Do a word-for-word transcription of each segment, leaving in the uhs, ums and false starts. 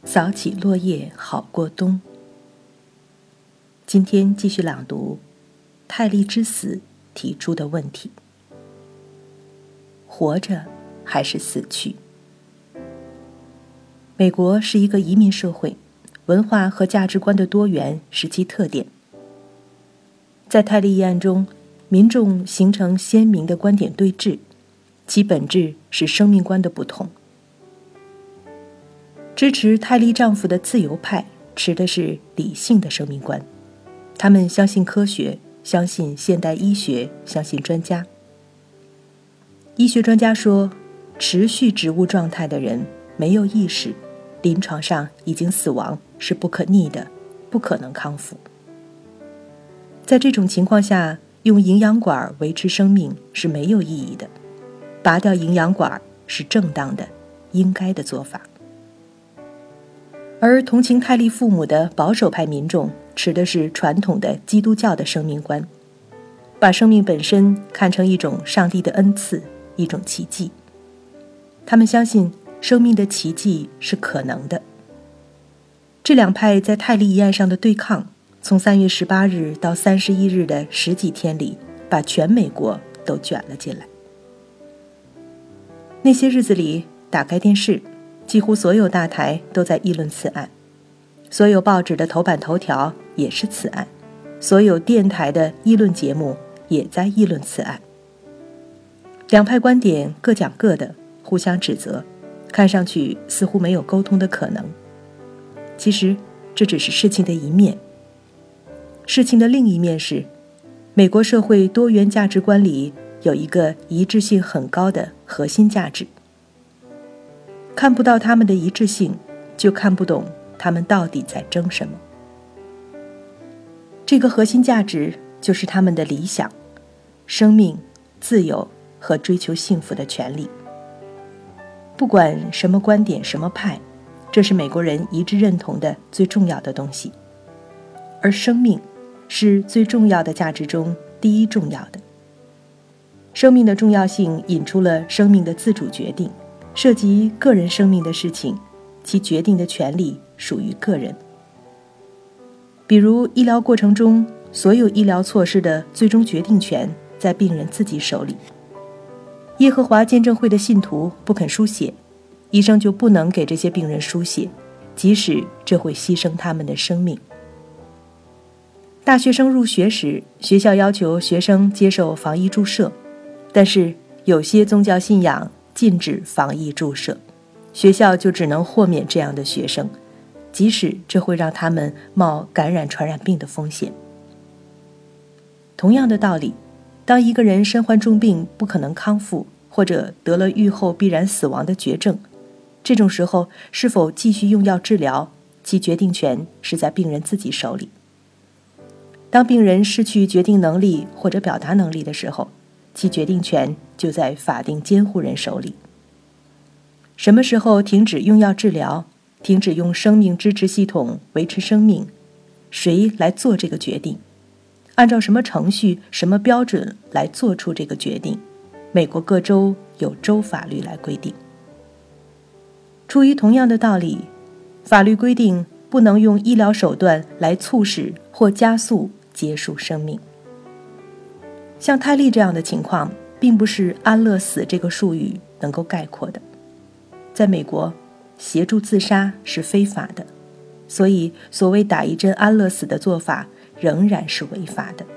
扫起落叶好过冬。今天继续朗读泰利之死提出的问题：活着还是死去？美国是一个移民社会，文化和价值观的多元是其特点。在泰利议案中，民众形成鲜明的观点对峙，其本质是生命观的不同。支持泰利丈夫的自由派持的是理性的生命观，他们相信科学，相信现代医学，相信专家。医学专家说，持续植物状态的人没有意识，临床上已经死亡，是不可逆的，不可能康复。在这种情况下，用营养管维持生命是没有意义的，拔掉营养管是正当的、应该的做法。而同情泰利父母的保守派民众持的是传统的基督教的生命观，把生命本身看成一种上帝的恩赐，一种奇迹。他们相信生命的奇迹是可能的。这两派在泰利议案上的对抗，从三月十八日到三十一日的十几天里，把全美国都卷了进来。那些日子里，打开电视，几乎所有大台都在议论此案，所有报纸的头版头条也是此案，所有电台的议论节目也在议论此案。两派观点各讲各的，互相指责，看上去似乎没有沟通的可能。其实这只是事情的一面。事情的另一面是，美国社会多元价值观里有一个一致性很高的核心价值。看不到他们的一致性，就看不懂他们到底在争什么。这个核心价值就是他们的理想：生命、自由和追求幸福的权利。不管什么观点、什么派，这是美国人一致认同的最重要的东西。而生命是最重要的价值中第一重要的。生命的重要性引出了生命的自主决定。涉及个人生命的事情，其决定的权利属于个人。比如医疗过程中，所有医疗措施的最终决定权在病人自己手里。耶和华见证会的信徒不肯输血，医生就不能给这些病人输血，即使这会牺牲他们的生命。大学生入学时，学校要求学生接受防疫注射，但是有些宗教信仰禁止防疫注射，学校就只能豁免这样的学生，即使这会让他们冒感染传染病的风险。同样的道理，当一个人身患重病不可能康复，或者得了预后必然死亡的绝症，这种时候是否继续用药治疗，其决定权是在病人自己手里。当病人失去决定能力或者表达能力的时候，其决定权就在法定监护人手里。什么时候停止用药治疗，停止用生命支持系统维持生命，谁来做这个决定？按照什么程序、什么标准来做出这个决定？美国各州有州法律来规定。出于同样的道理，法律规定不能用医疗手段来促使或加速结束生命。像泰利这样的情况，并不是安乐死这个术语能够概括的。在美国，协助自杀是非法的，所以所谓打一针安乐死的做法仍然是违法的。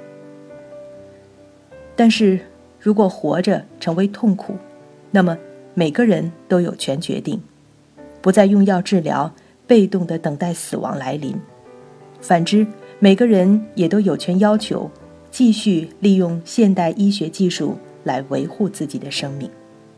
但是如果活着成为痛苦，那么每个人都有权决定，不再用药治疗，被动地等待死亡来临。反之，每个人也都有权要求继续利用现代医学技术来维护自己的生命。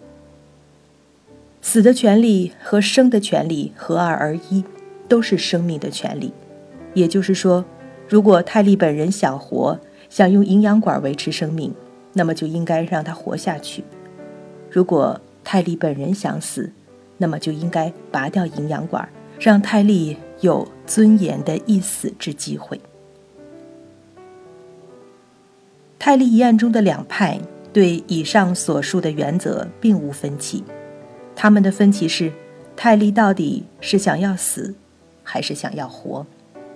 死的权利和生的权利合二而一，都是生命的权利。也就是说，如果泰利本人想活，想用营养管维持生命，那么就应该让他活下去；如果泰利本人想死，那么就应该拔掉营养管，让泰利有尊严的一死之机会。泰利议案中的两派对以上所述的原则并无分歧，他们的分歧是泰利到底是想要死还是想要活。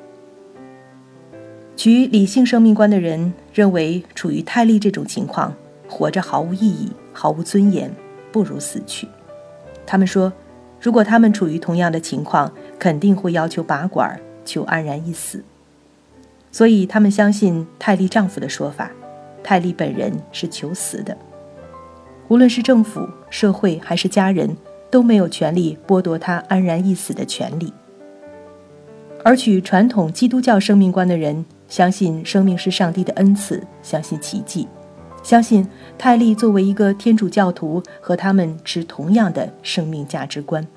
取理性生命观的人认为，处于泰利这种情况，活着毫无意义，毫无尊严，不如死去。他们说，如果他们处于同样的情况，肯定会要求拔管，求安然一死。所以他们相信泰利丈夫的说法，泰利本人是求死的。无论是政府、社会还是家人，都没有权利剥夺他安然一死的权利。而取传统基督教生命观的人，相信生命是上帝的恩赐，相信奇迹，相信泰利作为一个天主教徒，和他们持同样的生命价值观。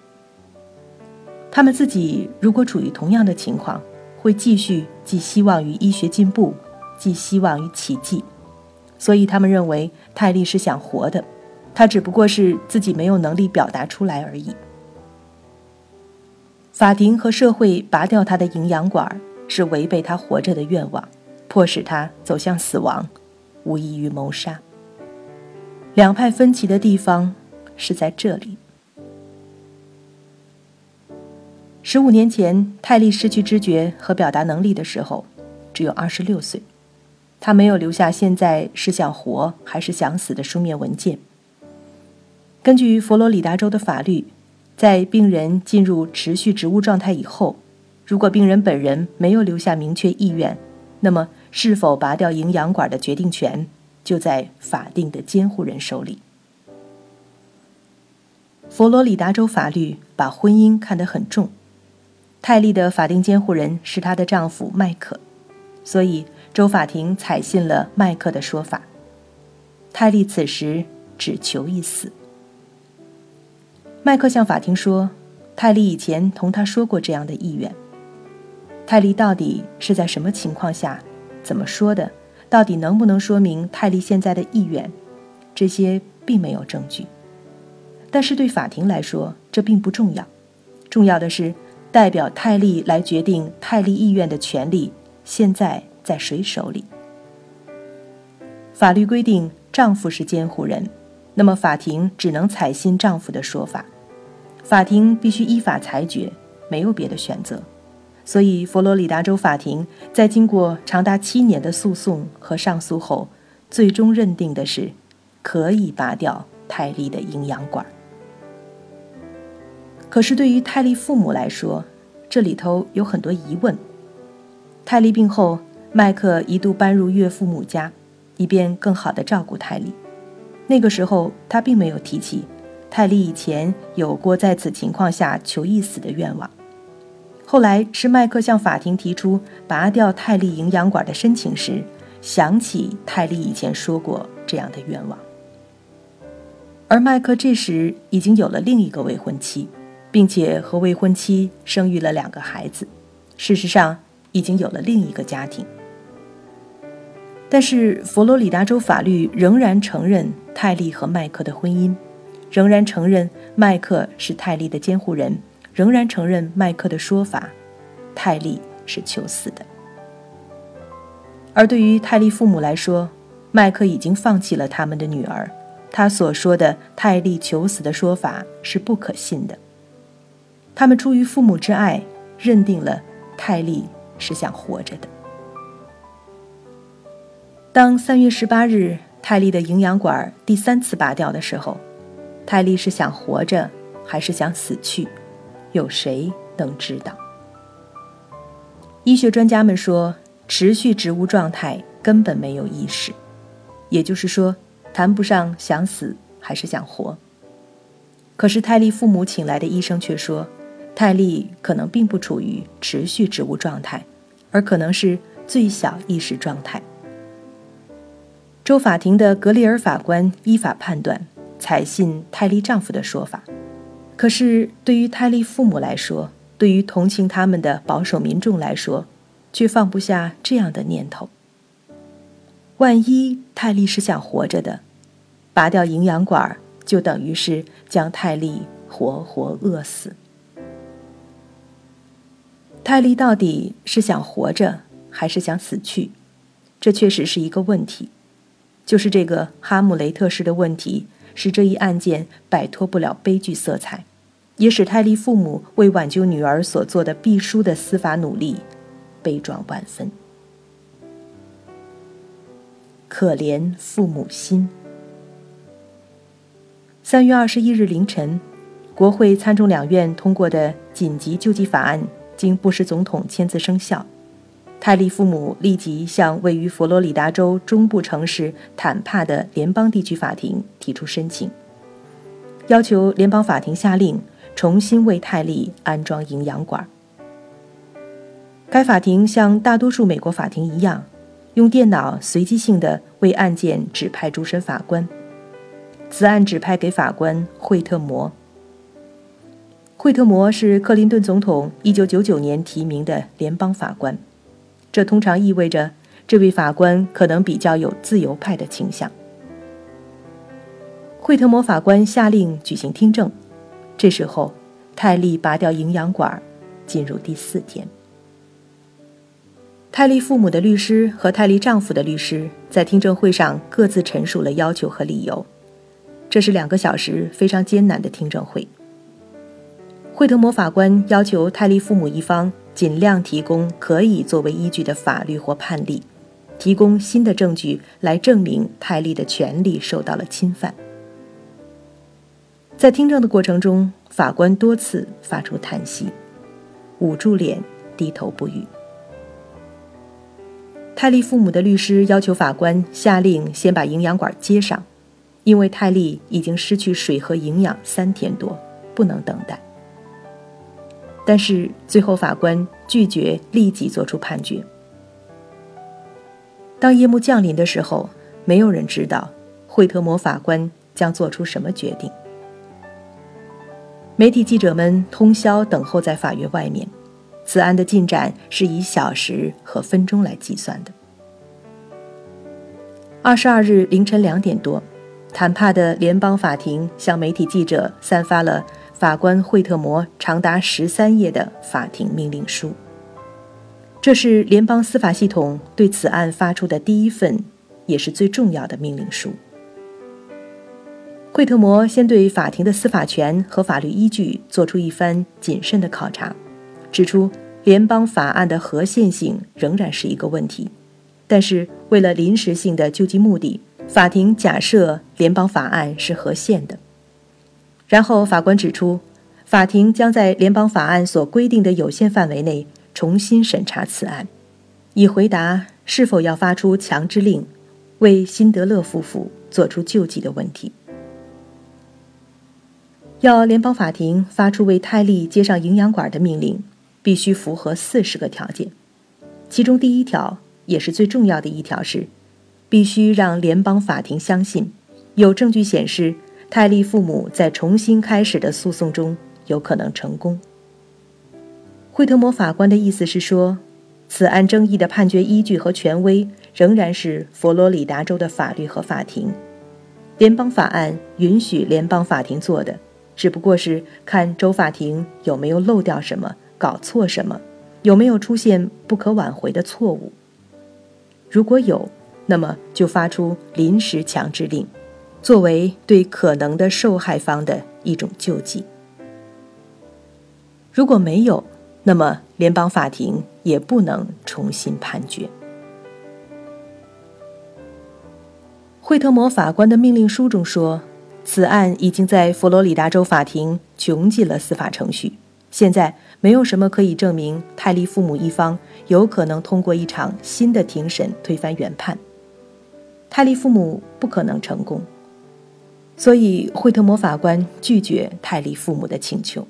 他们自己如果处于同样的情况，会继续寄希望于医学进步，寄希望于奇迹。所以他们认为泰利是想活的，他只不过是自己没有能力表达出来而已。法庭和社会拔掉他的营养管，是违背他活着的愿望，迫使他走向死亡，无异于谋杀。两派分歧的地方是在这里。十五年前，泰利失去知觉和表达能力的时候，只有二十六岁。他没有留下现在是想活还是想死的书面文件。根据佛罗里达州的法律，在病人进入持续植物状态以后，如果病人本人没有留下明确意愿，那么是否拔掉营养管的决定权就在法定的监护人手里。佛罗里达州法律把婚姻看得很重，泰利的法定监护人是她的丈夫麦克，所以州法庭采信了麦克的说法。泰利此时只求一死。麦克向法庭说，泰利以前同他说过这样的意愿。泰利到底是在什么情况下怎么说的，到底能不能说明泰利现在的意愿，这些并没有证据。但是对法庭来说，这并不重要，重要的是代表泰利来决定泰利意愿的权利现在在谁手里。法律规定丈夫是监护人，那么法庭只能采信丈夫的说法，法庭必须依法裁决，没有别的选择。所以佛罗里达州法庭在经过长达七年的诉讼和上诉后，最终认定的是可以拔掉泰利的营养管。可是对于泰利父母来说，这里头有很多疑问。泰利病后，麦克一度搬入岳父母家，以便更好地照顾泰利。那个时候他并没有提起泰利以前有过在此情况下求一死的愿望。后来是麦克向法庭提出拔掉泰利营养管的申请时，想起泰利以前说过这样的愿望。而麦克这时已经有了另一个未婚妻，并且和未婚妻生育了两个孩子，事实上已经有了另一个家庭。但是佛罗里达州法律仍然承认泰利和麦克的婚姻，仍然承认麦克是泰利的监护人，仍然承认麦克的说法，泰利是求死的。而对于泰利父母来说，麦克已经放弃了他们的女儿，他所说的泰利求死的说法是不可信的。他们出于父母之爱，认定了泰利是想活着的。当三月十八日泰利的营养管第三次拔掉的时候，泰利是想活着还是想死去，有谁能知道？医学专家们说，持续植物状态根本没有意识，也就是说谈不上想死还是想活。可是泰利父母请来的医生却说，泰利可能并不处于持续植物状态，而可能是最小意识状态。州法庭的格里尔法官依法判断，采信泰利丈夫的说法。可是对于泰利父母来说，对于同情他们的保守民众来说，却放不下这样的念头。万一泰利是想活着的，拔掉营养管就等于是将泰利活活饿死。泰利到底是想活着还是想死去？这确实是一个问题，就是这个哈姆雷特式的问题，使这一案件摆脱不了悲剧色彩， 也使泰利父母为挽救女儿所做的必输的司法努力悲壮万分。可怜父母心。三月二十一日凌晨，国会参众两院通过的紧急救济法案经布什总统签字生效。泰利父母立即向位于佛罗里达州中部城市坦帕的联邦地区法庭提出申请，要求联邦法庭下令重新为泰利安装营养管。该法庭像大多数美国法庭一样，用电脑随机性地为案件指派主审法官。此案指派给法官惠特摩。惠特摩是克林顿总统一九九九年提名的联邦法官，这通常意味着这位法官可能比较有自由派的倾向。惠特摩法官下令举行听证，这时候泰利拔掉营养管，进入第四天。泰利父母的律师和泰利丈夫的律师在听证会上各自陈述了要求和理由。这是两个小时非常艰难的听证会。惠特摩法官要求泰利父母一方尽量提供可以作为依据的法律或判例，提供新的证据来证明泰利的权利受到了侵犯。在听证的过程中，法官多次发出叹息，捂住脸低头不语。泰利父母的律师要求法官下令先把营养管接上，因为泰利已经失去水和营养三天多，不能等待。但是最后法官拒绝立即做出判决。当夜幕降临的时候，没有人知道惠特摩法官将做出什么决定。媒体记者们通宵等候在法院外面，此案的进展是以小时和分钟来计算的。二十二日凌晨两点多，坦帕的联邦法庭向媒体记者散发了法官惠特摩长达十三页的法庭命令书。这是联邦司法系统对此案发出的第一份，也是最重要的命令书。惠特摩先对法庭的司法权和法律依据做出一番谨慎的考察，指出联邦法案的合宪性仍然是一个问题，但是为了临时性的救济目的，法庭假设联邦法案是合宪的。然后法官指出，法庭将在联邦法案所规定的有限范围内重新审查此案，以回答是否要发出强制令为辛德勒夫妇做出救济的问题。要联邦法庭发出为泰利接上营养管的命令，必须符合四十个条件，其中第一条也是最重要的一条是，必须让联邦法庭相信有证据显示泰利父母在重新开始的诉讼中有可能成功。惠特摩法官的意思是说，此案争议的判决依据和权威仍然是佛罗里达州的法律和法庭，联邦法案允许联邦法庭做的只不过是看州法庭有没有漏掉什么，搞错什么，有没有出现不可挽回的错误。如果有，那么就发出临时强制令，作为对可能的受害方的一种救济。如果没有，那么联邦法庭也不能重新判决。惠特摩法官的命令书中说，此案已经在佛罗里达州法庭穷尽了司法程序，现在没有什么可以证明泰利父母一方有可能通过一场新的庭审推翻原判，泰利父母不可能成功，所以惠特摩法官拒绝泰利父母的请求。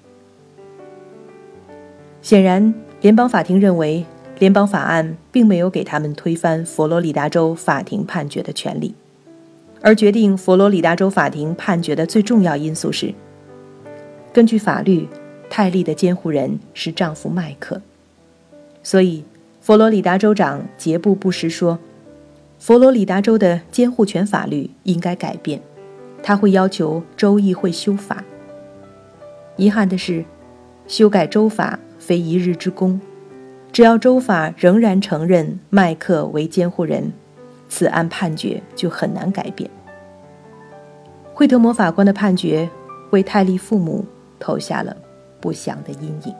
显然，联邦法庭认为联邦法案并没有给他们推翻佛罗里达州法庭判决的权利，而决定佛罗里达州法庭判决的最重要因素是，根据法律，泰利的监护人是丈夫麦克，所以佛罗里达州长杰布·布什说，佛罗里达州的监护权法律应该改变，他会要求州议会修法。遗憾的是，修改州法非一日之功，只要州法仍然承认麦克为监护人，此案判决就很难改变。惠特摩法官的判决为泰利父母投下了不祥的阴影。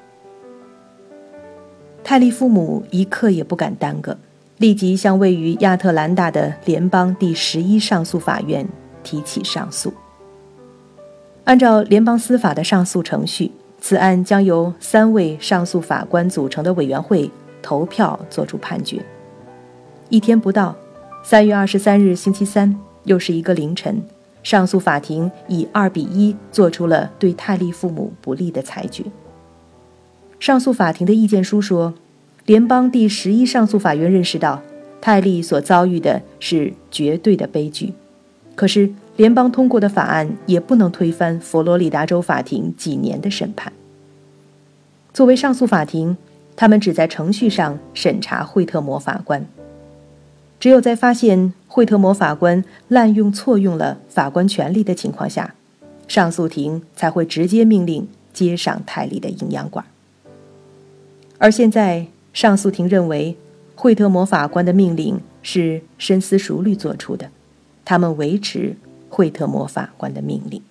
泰利父母一刻也不敢耽搁，立即向位于亚特兰大的联邦第十一上诉法院提起上诉。按照联邦司法的上诉程序，此案将由三位上诉法官组成的委员会投票作出判决。一天不到，三月二十三日星期三，又是一个凌晨，上诉法庭以二比一做出了对泰利父母不利的裁决。上诉法庭的意见书说，联邦第十一上诉法院认识到泰利所遭遇的是绝对的悲剧，可是联邦通过的法案也不能推翻佛罗里达州法庭几年的审判。作为上诉法庭，他们只在程序上审查惠特摩法官，只有在发现惠特摩法官滥用错用了法官权力的情况下，上诉庭才会直接命令接上泰利的营养管。而现在上诉庭认为惠特摩法官的命令是深思熟虑做出的，他们维持惠特摩法官的命令。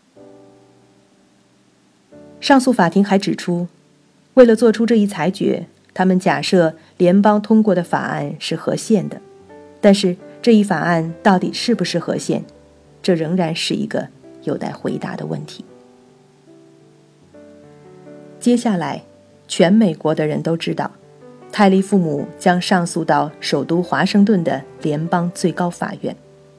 上诉法庭还指出，为了做出这一裁决，他们假设联邦通过的法案是合宪的，但是这一法案到底是不是合宪，这仍然是一个有待回答的问题。接下来全美国的人都知道，泰利父母将上诉到首都华盛顿的联邦最高法院。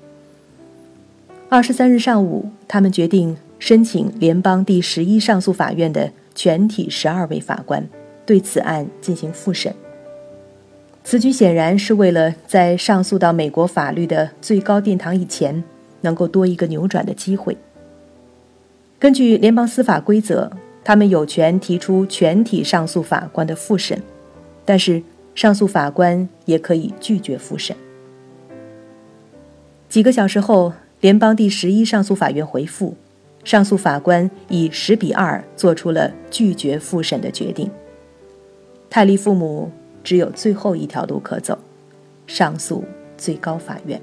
二十三日上午，他们决定申请联邦第十一上诉法院的全体十二位法官对此案进行复审。此举显然是为了在上诉到美国法律的最高殿堂以前，能够多一个扭转的机会。根据联邦司法规则，他们有权提出全体上诉法官的复审，但是上诉法官也可以拒绝复审。几个小时后，联邦第十一上诉法院回复，上诉法官以十比二做出了拒绝复审的决定。泰利父母只有最后一条路可走，上诉最高法院。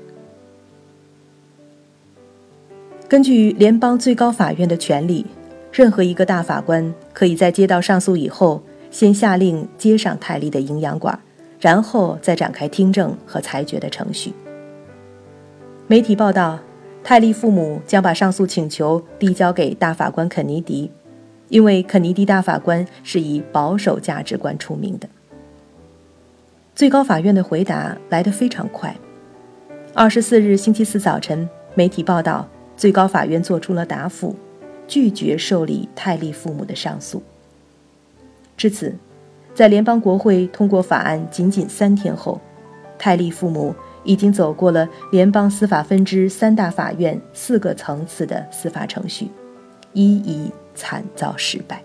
根据联邦最高法院的权力，任何一个大法官可以在接到上诉以后，先下令接上泰利的营养管，然后再展开听证和裁决的程序。媒体报道，泰利父母将把上诉请求递交给大法官肯尼迪，因为肯尼迪大法官是以保守价值观出名的。最高法院的回答来得非常快。二十四日星期四早晨，媒体报道，最高法院做出了答复，拒绝受理泰利父母的上诉。至此，在联邦国会通过法案仅仅三天后，泰利父母已经走过了联邦司法分支三大法院四个层次的司法程序，一一惨遭失败。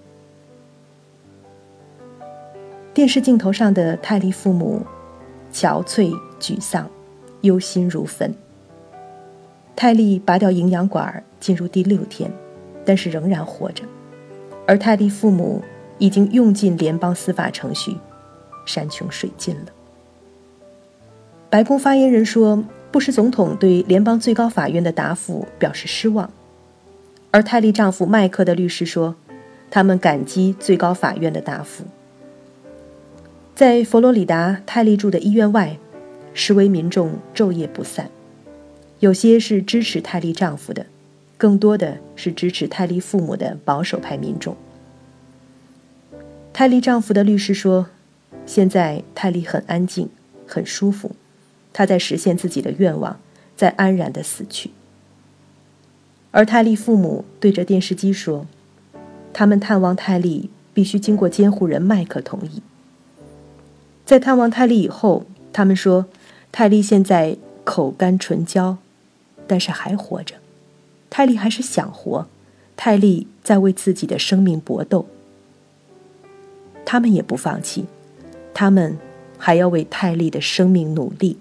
电视镜头上的泰利父母憔悴沮丧，忧心如焚。泰利拔掉营养管进入第六天，但是仍然活着，而泰利父母已经用尽联邦司法程序，山穷水尽了。白宫发言人说，布什总统对联邦最高法院的答复表示失望，而泰利丈夫麦克的律师说，他们感激最高法院的答复。在佛罗里达泰利住的医院外，示威民众昼夜不散，有些是支持泰利丈夫的，更多的是支持泰利父母的保守派民众。泰利丈夫的律师说，现在泰利很安静，很舒服，他在实现自己的愿望，在安然地死去。而泰利父母对着电视机说，他们探望泰利必须经过监护人麦克同意。在探望泰利以后，他们说，泰利现在口干唇焦，但是还活着。泰利还是想活，泰利在为自己的生命搏斗。他们也不放弃，他们还要为泰利的生命努力。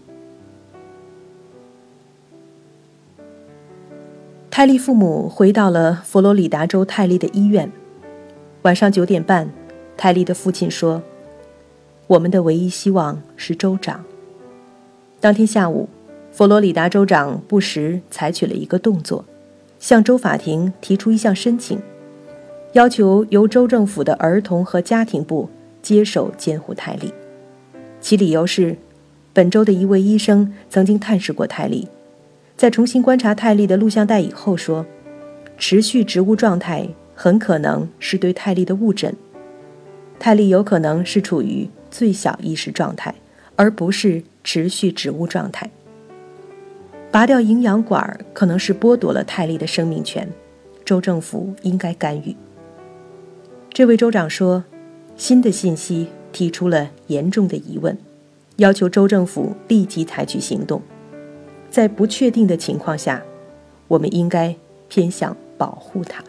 泰利父母回到了佛罗里达州泰利的医院。晚上九点半，泰利的父亲说，我们的唯一希望是州长。当天下午，佛罗里达州长布什采取了一个动作，向州法庭提出一项申请， 要求由州政府的儿童和家庭部接手监护泰利。其理由是，本州的一位医生曾经探视过泰利，在重新观察泰利的录像带以后说，持续植物状态很可能是对泰利的误诊，泰利有可能是处于最小意识状态，而不是持续植物状态。拔掉营养管可能是剥夺了泰利的生命权，州政府应该干预。这位州长说，新的信息提出了严重的疑问，要求州政府立即采取行动。在不确定的情况下，我们应该偏向保护它。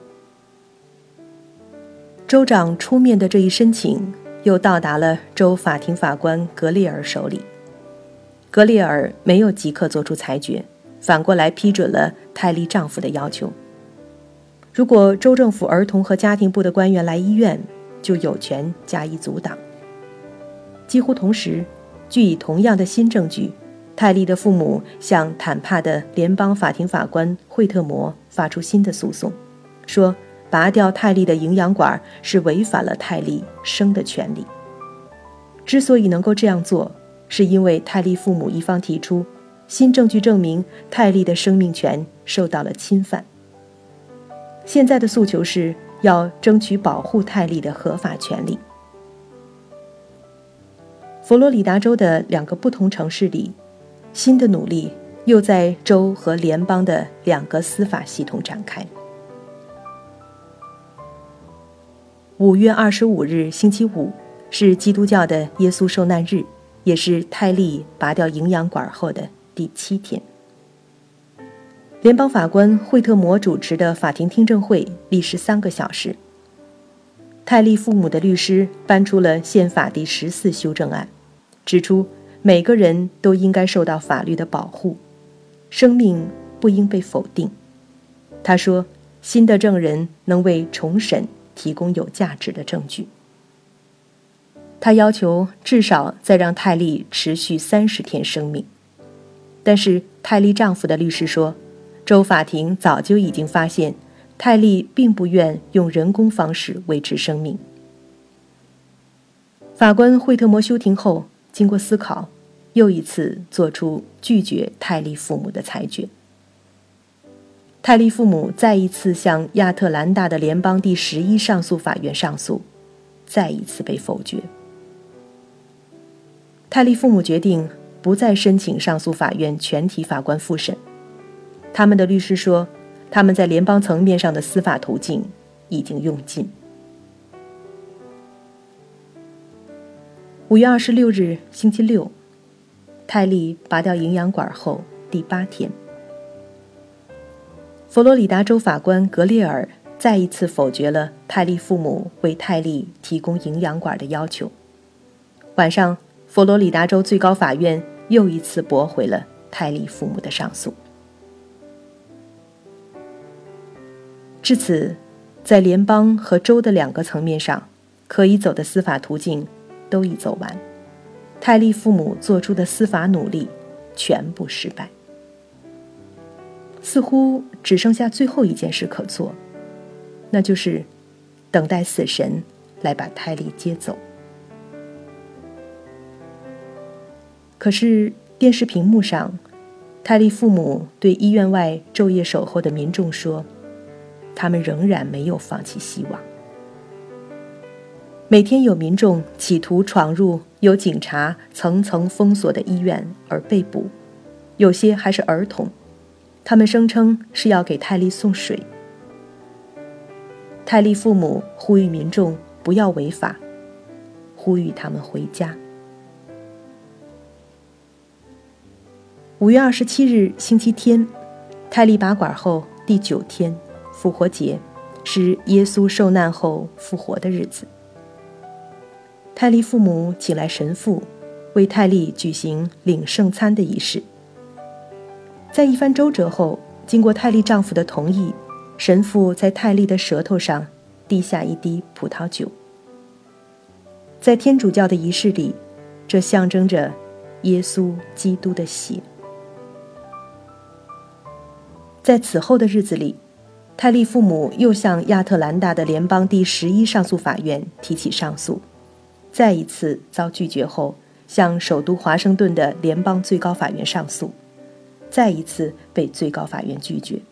州长出面的这一申请又到达了州法庭法官格列尔手里。格列尔没有即刻做出裁决，反过来批准了泰利丈夫的要求。如果州政府儿童和家庭部的官员来医院，就有权加以阻挡。几乎同时，据以同样的新证据，泰利的父母向坦帕的联邦法庭法官惠特摩发出新的诉讼，说拔掉泰利的营养管是违反了泰利生的权利。之所以能够这样做，是因为泰利父母一方提出新证据证明泰利的生命权受到了侵犯。现在的诉求是要争取保护泰利的合法权利。佛罗里达州的两个不同城市里，新的努力又在州和联邦的两个司法系统展开。五月二十五日星期五是基督教的耶稣受难日，也是泰利拔掉营养管后的第七天。联邦法官惠特摩主持的法庭听证会历时三个小时。泰利父母的律师搬出了宪法第十四修正案，指出每个人都应该受到法律的保护，生命不应被否定。他说，新的证人能为重审提供有价值的证据。他要求至少再让泰利持续三十天生命，但是泰利丈夫的律师说，州法庭早就已经发现泰利并不愿用人工方式维持生命。法官惠特摩休庭后，经过思考，又一次做出拒绝泰利父母的裁决。泰利父母再一次向亚特兰大的联邦第十一上诉法院上诉，再一次被否决。泰利父母决定不再申请上诉法院全体法官复审。他们的律师说，他们在联邦层面上的司法途径已经用尽。五月二十六日星期六，泰利拔掉营养管后第八天，佛罗里达州法官格列尔再一次否决了泰利父母为泰利提供营养管的要求。晚上，佛罗里达州最高法院又一次驳回了泰利父母的上诉。至此，在联邦和州的两个层面上，可以走的司法途径都已走完，泰利父母做出的司法努力全部失败。似乎只剩下最后一件事可做，那就是等待死神来把泰利接走。可是电视屏幕上，泰利父母对医院外昼夜守候的民众说，他们仍然没有放弃希望。每天有民众企图闯入由警察层层封锁的医院而被捕，有些还是儿童，他们声称是要给泰利送水。泰利父母呼吁民众不要违法，呼吁他们回家。五月二十七日星期天，泰利拔管后第九天，复活节，是耶稣受难后复活的日子。泰利父母请来神父，为泰利举行领圣餐的仪式。在一番周折后，经过泰利丈夫的同意，神父在泰利的舌头上滴下一滴葡萄酒。在天主教的仪式里，这象征着耶稣基督的血。在此后的日子里， 泰利父母又向亚特兰大的联邦第十一上诉法院提起上诉，再一次遭拒绝后，向首都华盛顿的联邦最高法院上诉，再一次被最高法院拒绝。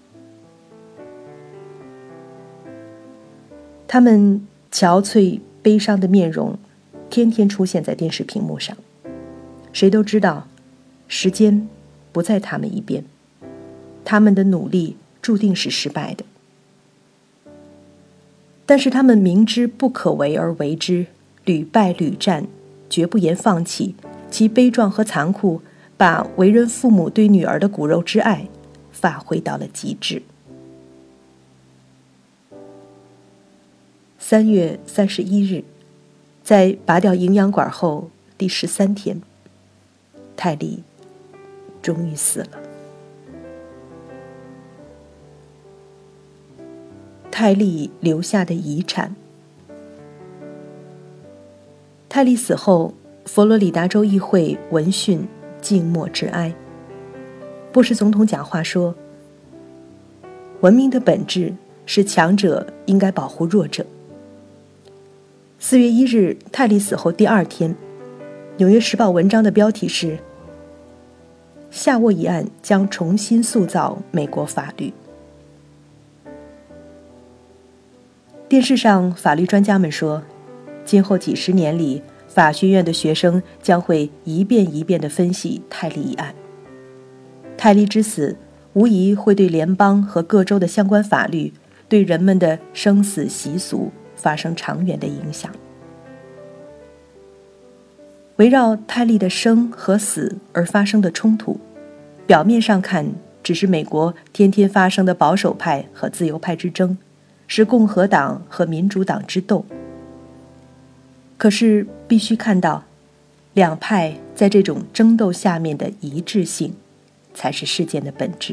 他们憔悴悲伤的面容天天出现在电视屏幕上，谁都知道时间不在他们一边，他们的努力注定是失败的。但是他们明知不可为而为之，屡败屡战，绝不言放弃，其悲壮和残酷把为人父母对女儿的骨肉之爱发挥到了极致。三月三十一日，在拔掉营养管后第十三天，泰利终于死了。泰利留下的遗产。泰利死后，佛罗里达州议会闻讯静默致哀。布什总统讲话说，文明的本质是强者应该保护弱者。四月一日，泰利死后第二天，纽约时报文章的标题是夏沃一案将重新塑造美国法律。电视上法律专家们说，今后几十年里，法学院的学生将会一遍一遍地分析泰利一案。泰利之死无疑会对联邦和各州的相关法律，对人们的生死习俗发生长远的影响。围绕泰利的生和死而发生的冲突，表面上看只是美国天天发生的保守派和自由派之争，是共和党和民主党之斗。可是必须看到，两派在这种争斗下面的一致性，才是事件的本质。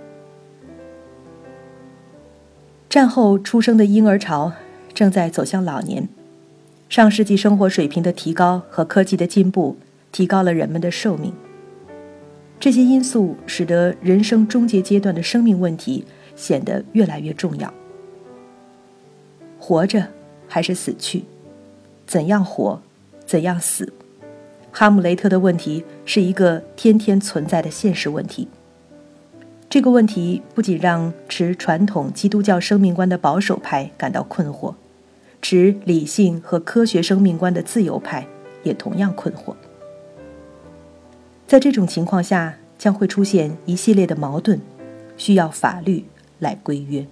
战后出生的婴儿潮正在走向老年，上世纪生活水平的提高和科技的进步，提高了人们的寿命。这些因素使得人生终结阶段的生命问题显得越来越重要。活着还是死去？怎样活？怎样死？哈姆雷特的问题是一个天天存在的现实问题。这个问题不仅让持传统基督教生命观的保守派感到困惑，持理性和科学生命观的自由派也同样困惑。在这种情况下，将会出现一系列的矛盾，需要法律来规约。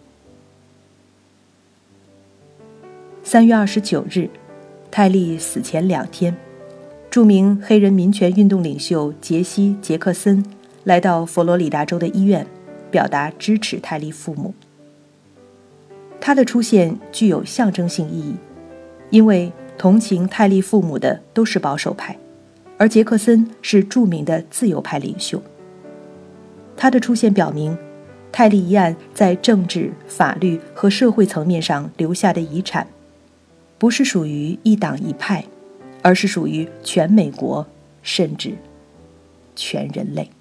三月二十九日，泰利死前两天，著名黑人民权运动领袖杰西·杰克森来到佛罗里达州的医院，表达支持泰利父母。他的出现具有象征性意义，因为同情泰利父母的都是保守派，而杰克森是著名的自由派领袖。他的出现表明，泰利一案在政治、法律和社会层面上留下的遗产，不是属于一党一派，而是属于全美国，甚至全人类。